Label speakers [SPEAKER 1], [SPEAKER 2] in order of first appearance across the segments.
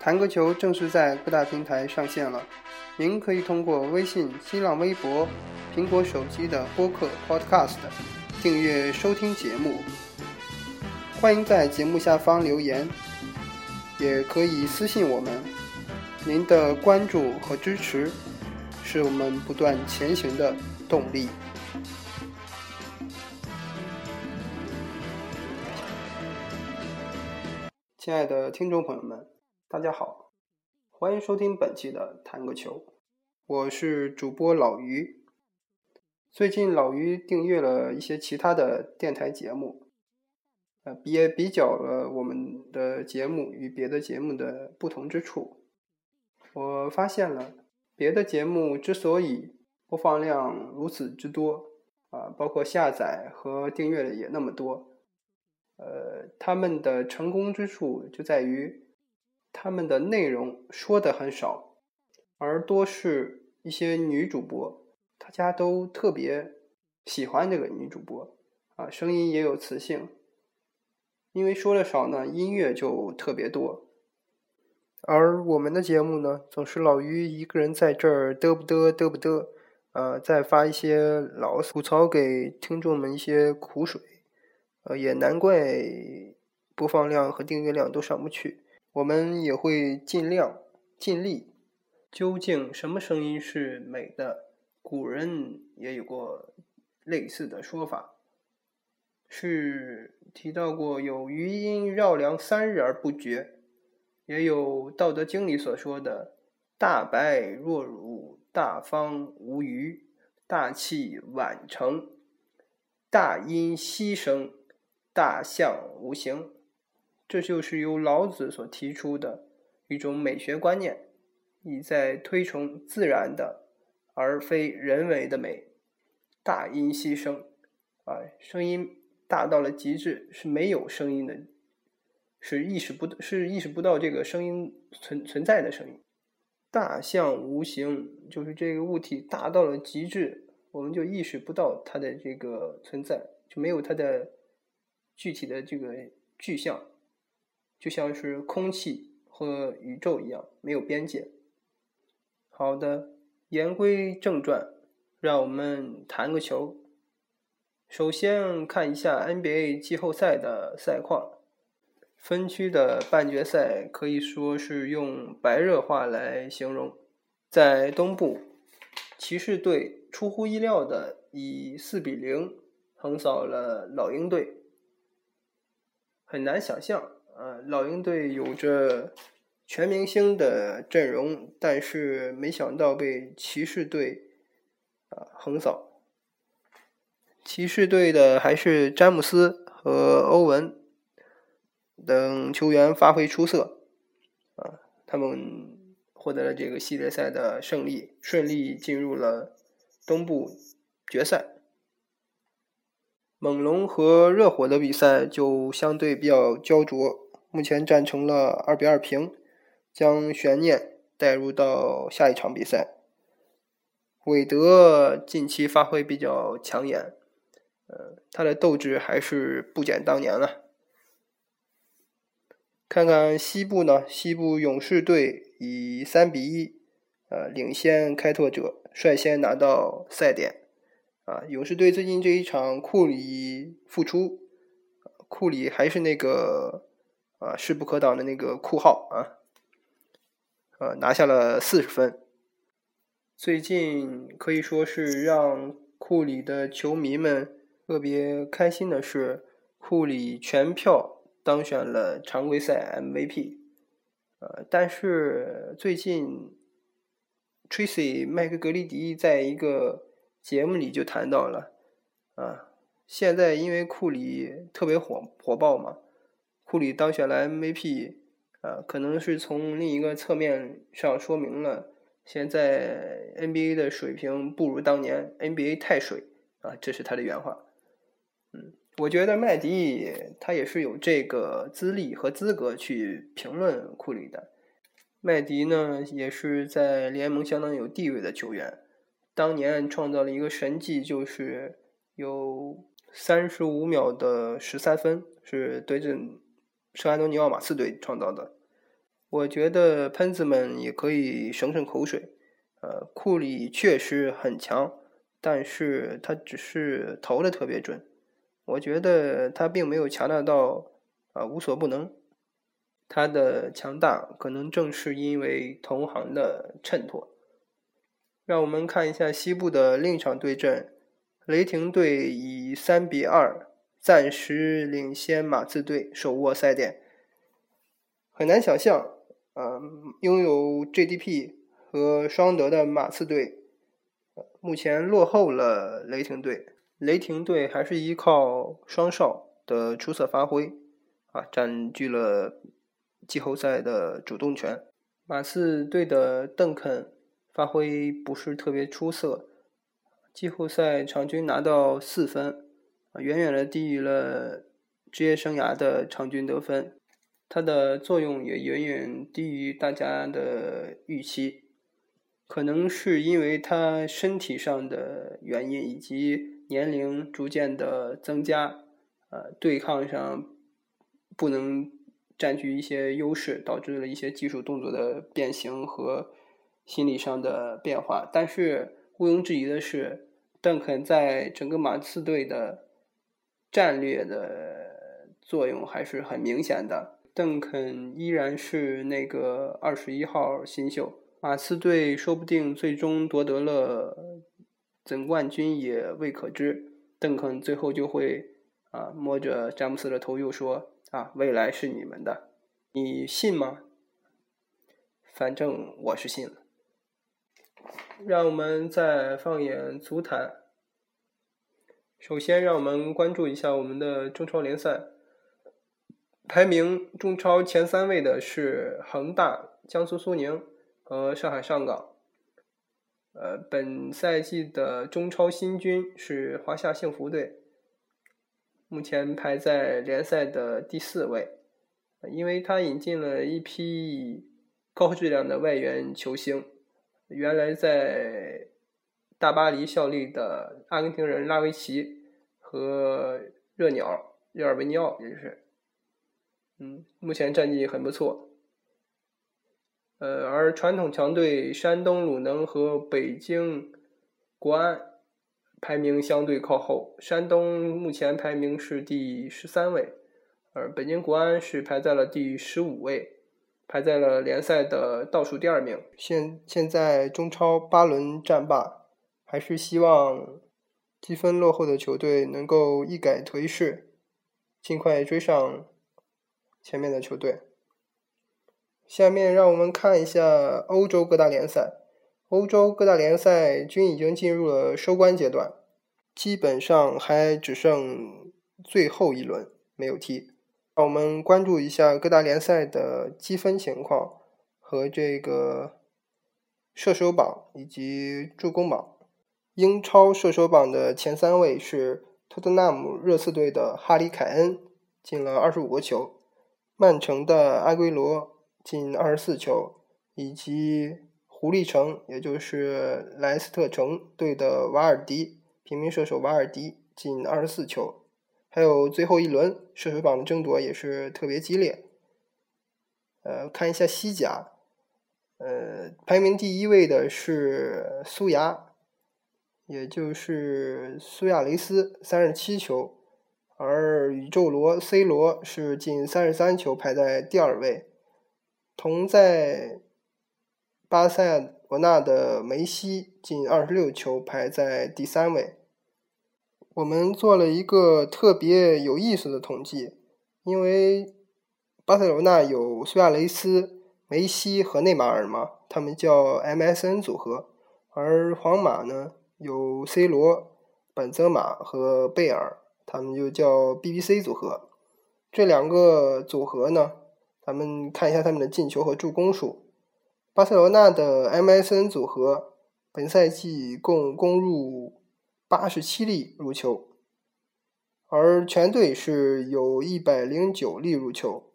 [SPEAKER 1] 弹个球正式在各大平台上线了，您可以通过微信、新浪微博、苹果手机的播客 Podcast 订阅收听节目。欢迎在节目下方留言，也可以私信我们。您的关注和支持是我们不断前行的动力。亲爱的听众朋友们，大家好，欢迎收听本期的弹个球，我是主播老于。最近老于订阅了一些其他的电台节目，也比较了我们的节目与别的节目的不同之处。我发现了别的节目之所以播放量如此之多，包括下载和订阅的也那么多，他们的成功之处就在于他们的内容说的很少，而多是一些女主播，大家都特别喜欢这个女主播，声音也有磁性。因为说的少呢，音乐就特别多。而我们的节目呢，总是老于一个人在这儿嘚不嘚，再发一些牢骚，吐槽给听众们一些苦水。也难怪播放量和订阅量都上不去。我们也会尽力。究竟什么声音是美的？古人也有过类似的说法，是提到过有余音绕梁3日而不绝，也有《道德经》里所说的大白若乳，大方无余，大器晚成，大音希声，大象无形。这就是由老子所提出的一种美学观念，意在推崇自然的而非人为的美。大音希声，声音大到了极致，是没有声音的，是意识不到这个声音存在的声音。大象无形，就是这个物体大到了极致，我们就意识不到它的这个存在，就没有它的具体的这个具象，就像是空气和宇宙一样，没有边界。好的，言归正传，让我们谈个球。首先看一下 NBA 季后赛的赛况。分区的半决赛可以说是用白热化来形容。在东部，骑士队出乎意料的以4-0横扫了老鹰队。很难想象，老鹰队有着全明星的阵容，但是没想到被骑士队横扫。骑士队的还是詹姆斯和欧文等球员发挥出色，他们获得了这个系列赛的胜利，顺利进入了东部决赛。猛龙和热火的比赛就相对比较焦灼，目前战成了2-2平，将悬念带入到下一场比赛。韦德近期发挥比较抢眼，他的斗志还是不减当年了。看看西部呢，西部勇士队以3-1领先开拓者，率先拿到赛点。勇士队最近这一场库里复出，库里还是那个势不可挡的那个库号拿下了40分。最近可以说是让库里的球迷们特别开心的是，库里全票当选了常规赛 MVP。但是最近 Tracy 麦克格里迪在一个节目里就谈到了，现在因为库里特别火爆嘛，库里当选了 MVP，可能是从另一个侧面上说明了现在 NBA 的水平不如当年， NBA 太水这是他的原话。我觉得麦迪他也是有这个资历和资格去评论库里的。麦迪呢也是在联盟相当有地位的球员，当年创造了一个神迹，就是有35秒的13分，是对阵圣安东尼奥马刺队创造的。 我觉得喷子们也可以省省口水。库里确实很强，但是他只是投的特别准。我觉得他并没有强大到无所不能。他的强大可能正是因为同行的衬托。让我们看一下西部的另一场对阵，雷霆队以3-2暂时领先马刺队，手握赛点。很难想象，拥有 GDP 和双德的马刺队，目前落后了雷霆队。雷霆队还是依靠双少的出色发挥，占据了季后赛的主动权。马刺队的邓肯发挥不是特别出色，季后赛场均拿到4分，远远的低于了职业生涯的场均得分。他的作用也远远低于大家的预期，可能是因为他身体上的原因以及年龄逐渐的增加，对抗上不能占据一些优势，导致了一些技术动作的变形和心理上的变化。但是毋庸置疑的是，邓肯在整个马刺队的战略的作用还是很明显的。邓肯依然是那个21号新秀，马刺队说不定最终夺得了总冠军也未可知。邓肯最后就会摸着詹姆斯的头又说未来是你们的，你信吗？反正我是信了。让我们再放眼足坛，首先让我们关注一下我们的中超联赛。排名中超前3位的是恒大、江苏苏宁和上海上港。本赛季的中超新军是华夏幸福队，目前排在联赛的第4位。因为他引进了一批高质量的外援球星，原来在大巴黎效力的阿根廷人拉维奇和热鸟热尔维尼奥，也就是目前战绩很不错。而传统强队山东鲁能和北京国安排名相对靠后，山东目前排名是第13位，而北京国安是排在了第15位，排在了联赛的倒数第2名。现在中超8轮战罢，还是希望积分落后的球队能够一改颓势，尽快追上前面的球队。下面让我们看一下欧洲各大联赛。欧洲各大联赛均已经进入了收官阶段，基本上还只剩最后一轮没有踢。让我们关注一下各大联赛的积分情况和这个射手榜以及助攻榜。英超射手榜的前3位是托特纳姆热刺队的哈里凯恩进了25个球，曼城的阿圭罗进24球，以及狐狸城也就是莱斯特城队的瓦尔迪平民射手瓦尔迪进24球。还有最后一轮射手榜的争夺也是特别激烈。看一下西甲，排名第1位的是苏牙，也就是苏亚雷斯37球，而宇宙罗 C 罗是进33球，排在第2位。同在巴塞罗那的梅西进26球，排在第3位。我们做了一个特别有意思的统计，因为巴塞罗那有苏亚雷斯、梅西和内马尔嘛，他们叫 MSN 组合，而皇马呢有 C 罗、本泽马和贝尔，他们就叫 BBC 组合。这2个组合呢，咱们看一下他们的进球和助攻数。巴塞罗那的 MSN 组合本赛季共攻入87粒入球，而全队是有109粒入球。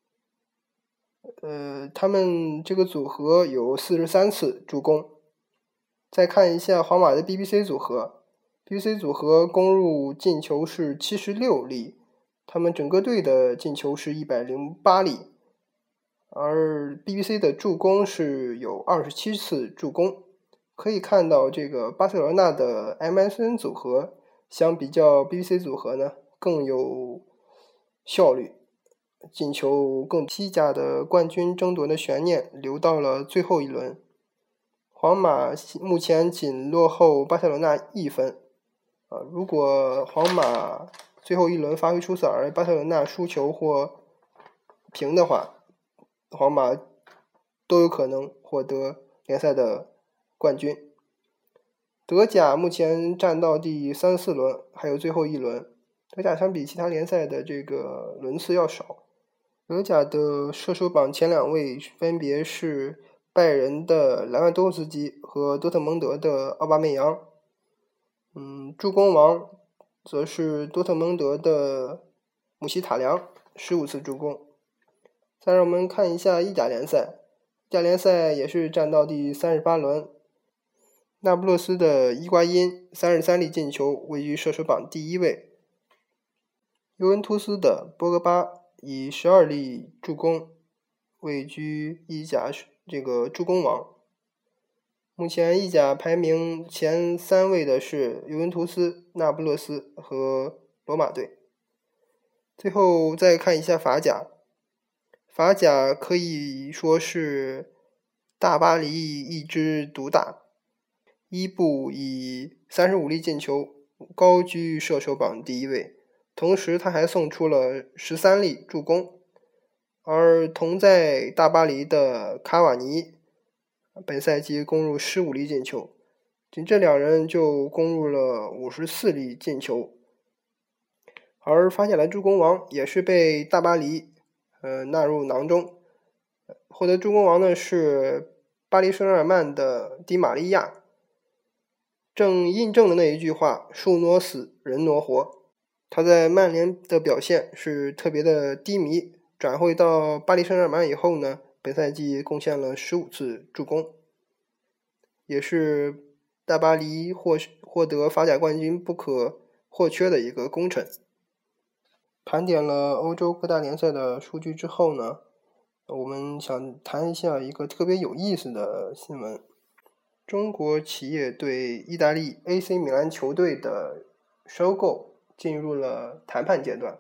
[SPEAKER 1] 他们这个组合有43次助攻。再看一下皇马的 BBC 组合， BBC 组合攻入进球是76粒，他们整个队的进球是108粒。 而 BBC 的助攻是有27次助攻。可以看到这个巴塞罗那的 MSN 组合相比较 BBC 组合呢更有效率，进球更西甲的冠军争夺的悬念留到了最后一轮。皇马目前仅落后巴塞罗那1分。如果皇马最后一轮发挥出色，而巴塞罗那输球或平的话，皇马都有可能获得联赛的冠军。德甲目前站到第3、4轮，还有最后一轮。德甲相比其他联赛的这个轮次要少。德甲的射手榜前2位分别是拜仁的莱万多夫斯基和多特蒙德的奥巴梅扬。助攻王则是多特蒙德的姆希塔良，15次助攻。再让我们看一下意甲联赛，意甲联赛也是站到第38轮。那不勒斯的伊瓜因33粒进球，位居射手榜第1位。尤文图斯的波格巴以12粒助攻，位居意甲这个助攻王。目前意甲排名前3位的是尤文图斯、那不勒斯和罗马队。最后再看一下法甲，法甲可以说是大巴黎一枝独大，伊布以35粒进球高居射手榜第1位，同时他还送出了13粒助攻。而同在大巴黎的卡瓦尼本赛季攻入15粒进球，仅这2人就攻入了54粒进球。而法甲的助攻王也是被大巴黎纳入囊中，获得助攻王的是巴黎圣日耳曼的迪玛利亚，正印证了那一句话，树挪死，人挪活。他在曼联的表现是特别的低迷，转会到巴黎圣日耳曼以后呢，本赛季贡献了15次助攻，也是大巴黎获得法甲冠军不可或缺的一个功臣。盘点了欧洲各大联赛的数据之后呢，我们想谈一下一个特别有意思的新闻。中国企业对意大利 AC 米兰球队的收购进入了谈判阶段，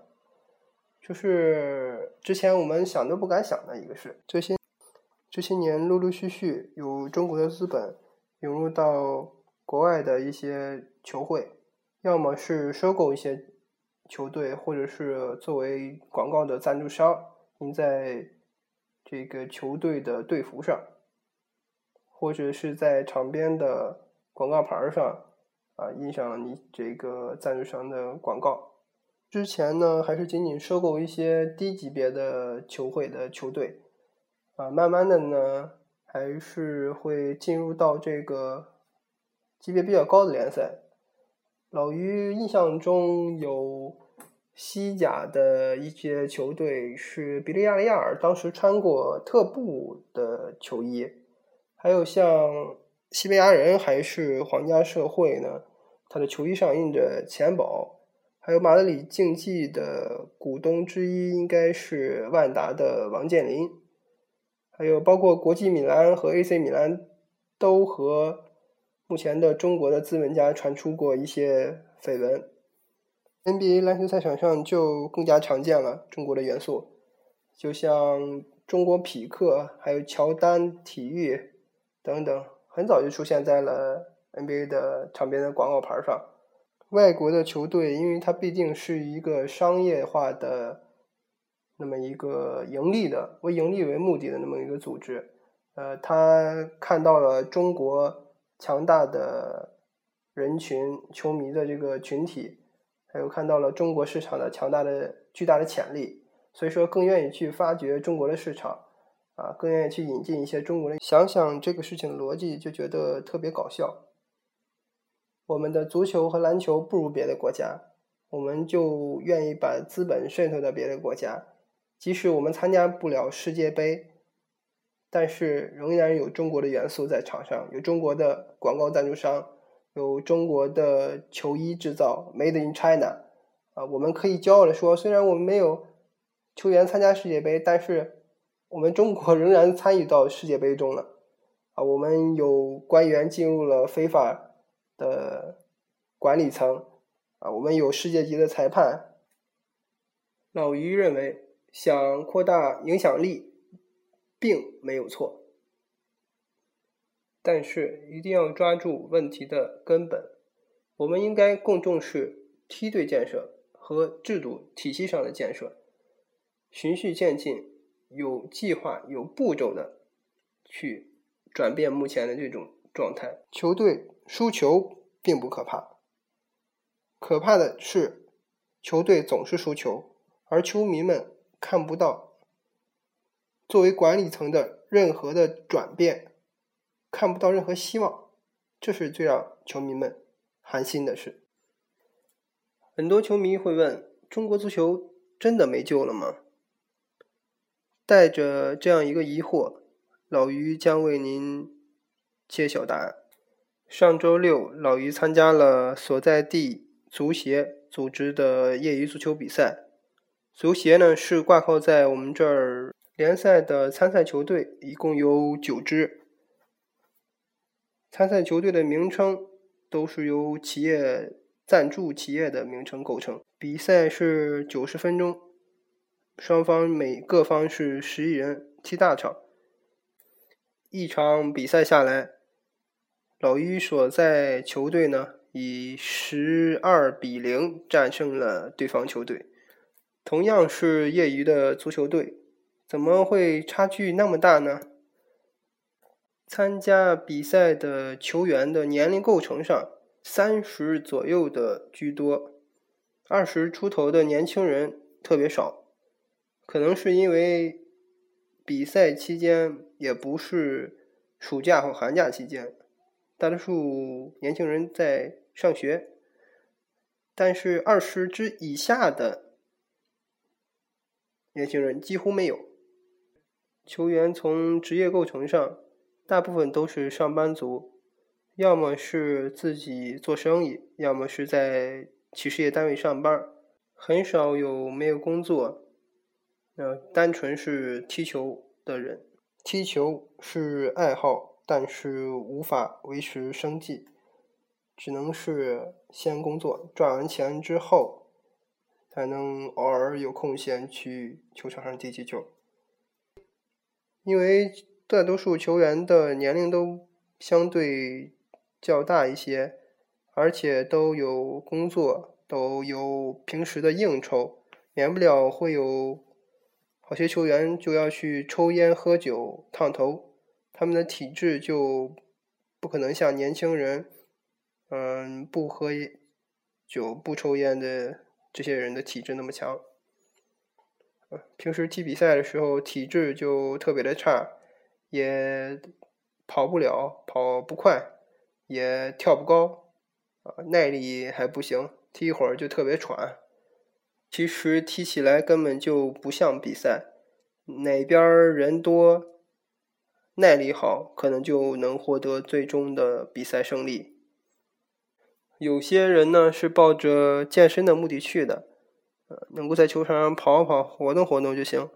[SPEAKER 1] 就是之前我们想都不敢想的一个事。这些年陆陆续续有中国的资本涌入到国外的一些球会，要么是收购一些球队，或者是作为广告的赞助商印在这个球队的队服上，或者是在场边的广告牌上印上你这个赞助商的广告。之前呢还是仅仅收购一些低级别的球会的球队慢慢的呢还是会进入到这个级别比较高的联赛。老于印象中有西甲的一些球队是比利亚雷亚尔当时穿过特步的球衣，还有像西班牙人还是皇家社会呢，他的球衣上印着钱宝，还有马德里竞技的股东之一应该是万达的王健林，还有包括国际米兰和 AC 米兰都和目前的中国的资本家传出过一些绯闻。NBA 篮球赛场上就更加常见了中国的元素，就像中国匹克还有乔丹体育等等，很早就出现在了 NBA 的场边的广告牌上。外国的球队因为它毕竟是一个商业化的那么一个为盈利为目的的那么一个组织，他看到了中国强大的人群球迷的这个群体，还有看到了中国市场的巨大的潜力，所以说更愿意去发掘中国的市场更愿意去引进一些中国人。想想这个事情的逻辑就觉得特别搞笑。我们的足球和篮球不如别的国家，我们就愿意把资本渗透到别的国家，即使我们参加不了世界杯，但是仍然有中国的元素在场上，有中国的广告赞助商，有中国的球衣制造 Made in China 我们可以骄傲地说，虽然我们没有球员参加世界杯，但是我们中国仍然参与到世界杯中了我们有官员进入了非法的管理层我们有世界级的裁判。老于认为，想扩大影响力并没有错，但是一定要抓住问题的根本。我们应该更重视梯队建设和制度体系上的建设，循序渐进，有计划有步骤的去转变目前的这种状态。球队输球并不可怕，可怕的是球队总是输球，而球迷们看不到作为管理层的任何的转变，看不到任何希望，这是最让球迷们寒心的事。很多球迷会问，中国足球真的没救了吗？带着这样一个疑惑，老于将为您揭晓答案。上周六，老于参加了所在地足协组织的业余足球比赛。足协呢是挂靠在我们这儿联赛的参赛球队，一共有9支。参赛球队的名称都是由企业赞助企业的名称构成。比赛是90分钟，双方各方是11人踢大场。一场比赛下来，老于所在球队呢以12-0战胜了对方球队。同样是业余的足球队，怎么会差距那么大呢？参加比赛的球员的年龄构成上，30左右的居多，20出头的年轻人特别少。可能是因为比赛期间也不是暑假或寒假期间，大多数年轻人在上学，但是20之以下的年轻人几乎没有。球员从职业构成上，大部分都是上班族，要么是自己做生意，要么是在企事业单位上班，很少有没有工作，单纯是踢球的人。踢球是爱好，但是无法维持生计，只能是先工作，赚完钱之后才能偶尔有空闲去球场上踢踢球。因为大多数球员的年龄都相对较大一些，而且都有工作，都有平时的应酬，免不了会有好些球员就要去抽烟喝酒烫头，他们的体质就不可能像年轻人不喝酒不抽烟的这些人的体质那么强。平时踢比赛的时候体质就特别的差，也跑不了，跑不快，也跳不高，耐力还不行，踢一会儿就特别喘。其实踢起来根本就不像比赛，哪边人多，耐力好，可能就能获得最终的比赛胜利。有些人呢是抱着健身的目的去的，能够在球场上跑跑活动活动就行。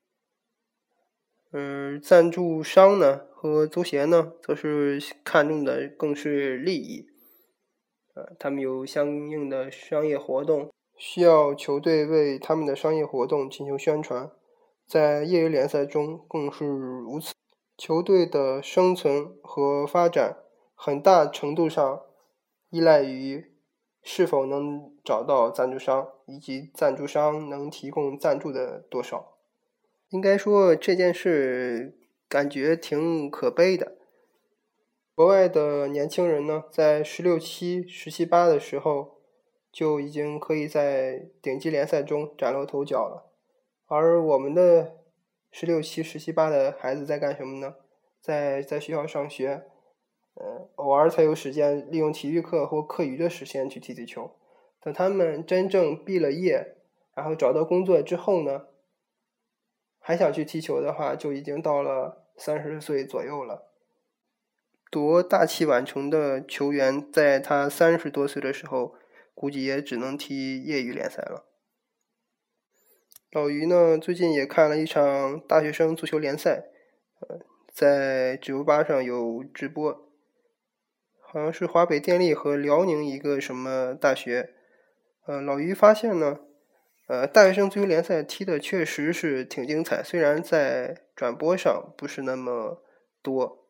[SPEAKER 1] 赞助商呢和足协呢则是看重的更是利益，他们有相应的商业活动，需要球队为他们的商业活动进行宣传，在业余联赛中更是如此。球队的生存和发展很大程度上依赖于是否能找到赞助商，以及赞助商能提供赞助的多少。应该说这件事感觉挺可悲的。国外的年轻人呢，在16、7、17、8的时候就已经可以在顶级联赛中崭露头角了，而我们的16、7、17、8的孩子在干什么呢？在学校上学，偶尔才有时间利用体育课或课余的时间去踢踢球。等他们真正毕了业，然后找到工作之后呢，还想去踢球的话，就已经到了30岁左右了。夺大器晚成的球员，在他30多岁的时候，估计也只能踢业余联赛了。 老于呢，最近也看了一场大学生足球联赛，在988上有直播，好像是华北电力和辽宁一个什么大学。老于发现呢，大学生足球联赛踢的确实是挺精彩，虽然在转播上不是那么多。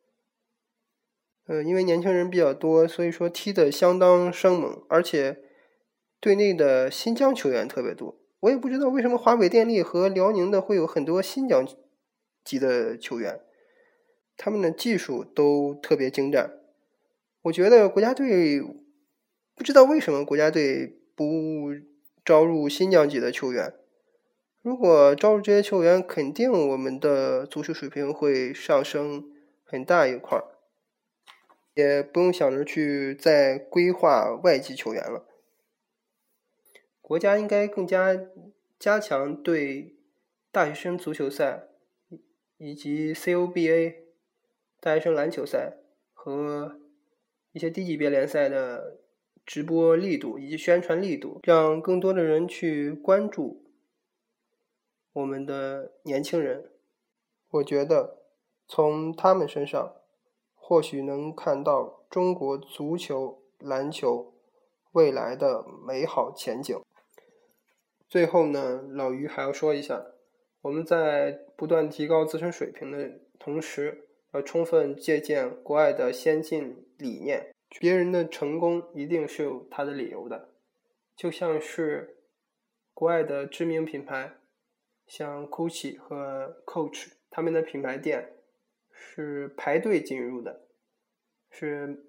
[SPEAKER 1] 因为年轻人比较多，所以说踢得相当生猛，而且队内的新疆球员特别多。我也不知道为什么华北电力和辽宁的会有很多新疆籍的球员，他们的技术都特别精湛。我觉得国家队不知道为什么国家队不招入新疆籍的球员，如果招入这些球员，肯定我们的足球水平会上升很大一块，也不用想着去再规划外籍球员了。国家应该更加强对大学生足球赛以及 COBA 大学生篮球赛和一些低级别联赛的直播力度以及宣传力度，让更多的人去关注我们的年轻人。我觉得从他们身上或许能看到中国足球、篮球未来的美好前景。最后呢，老于还要说一下，我们在不断提高自身水平的同时，要充分借鉴国外的先进理念。别人的成功一定是有他的理由的，就像是国外的知名品牌，像 Gucci 和 Coach， 他们的品牌店是排队进入的，是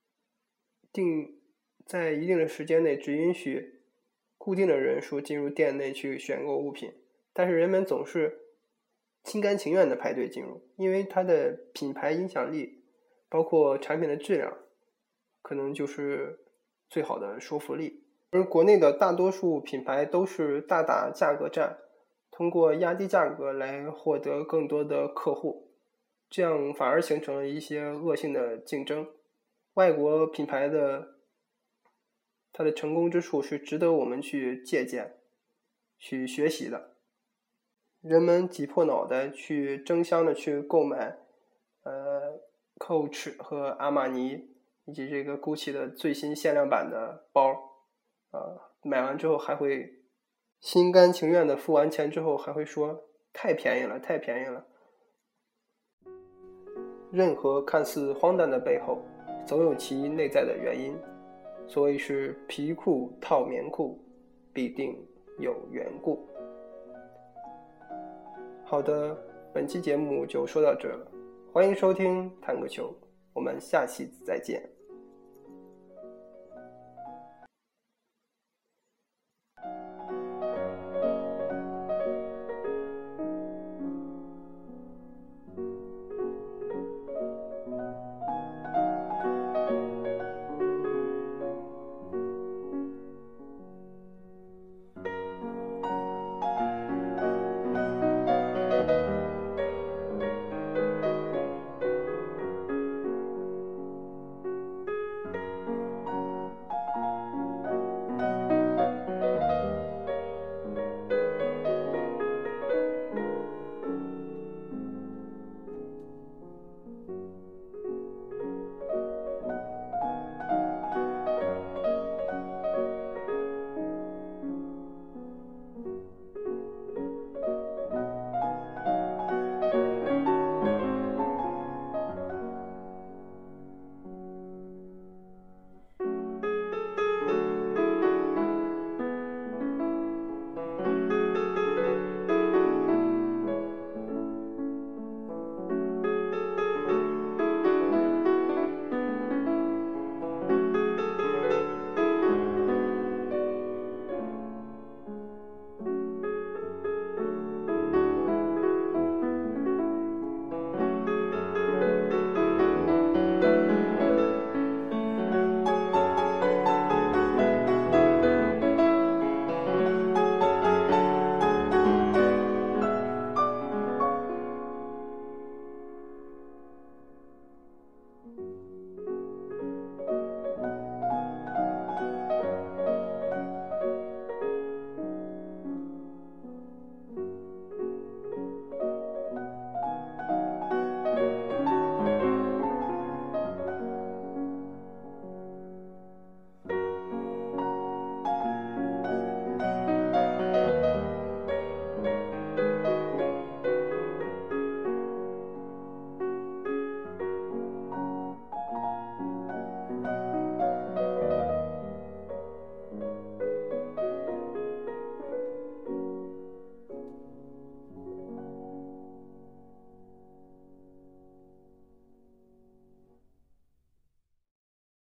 [SPEAKER 1] 在一定的时间内只允许固定的人数进入店内去选购物品，但是人们总是心甘情愿的排队进入，因为它的品牌影响力包括产品的质量可能就是最好的说服力。而国内的大多数品牌都是大打价格战，通过压低价格来获得更多的客户，这样反而形成了一些恶性的竞争。外国品牌它的成功之处是值得我们去借鉴、去学习的。人们挤破脑袋去争相的去购买Coach 和阿玛尼以及这个 Gucci 的最新限量版的包，买完之后还会心甘情愿的付完钱之后还会说太便宜了，太便宜了。任何看似荒诞的背后，总有其内在的原因。所谓是皮裤套棉裤，必定有缘故。好的，本期节目就说到这了，欢迎收听弹个球，我们下期再见。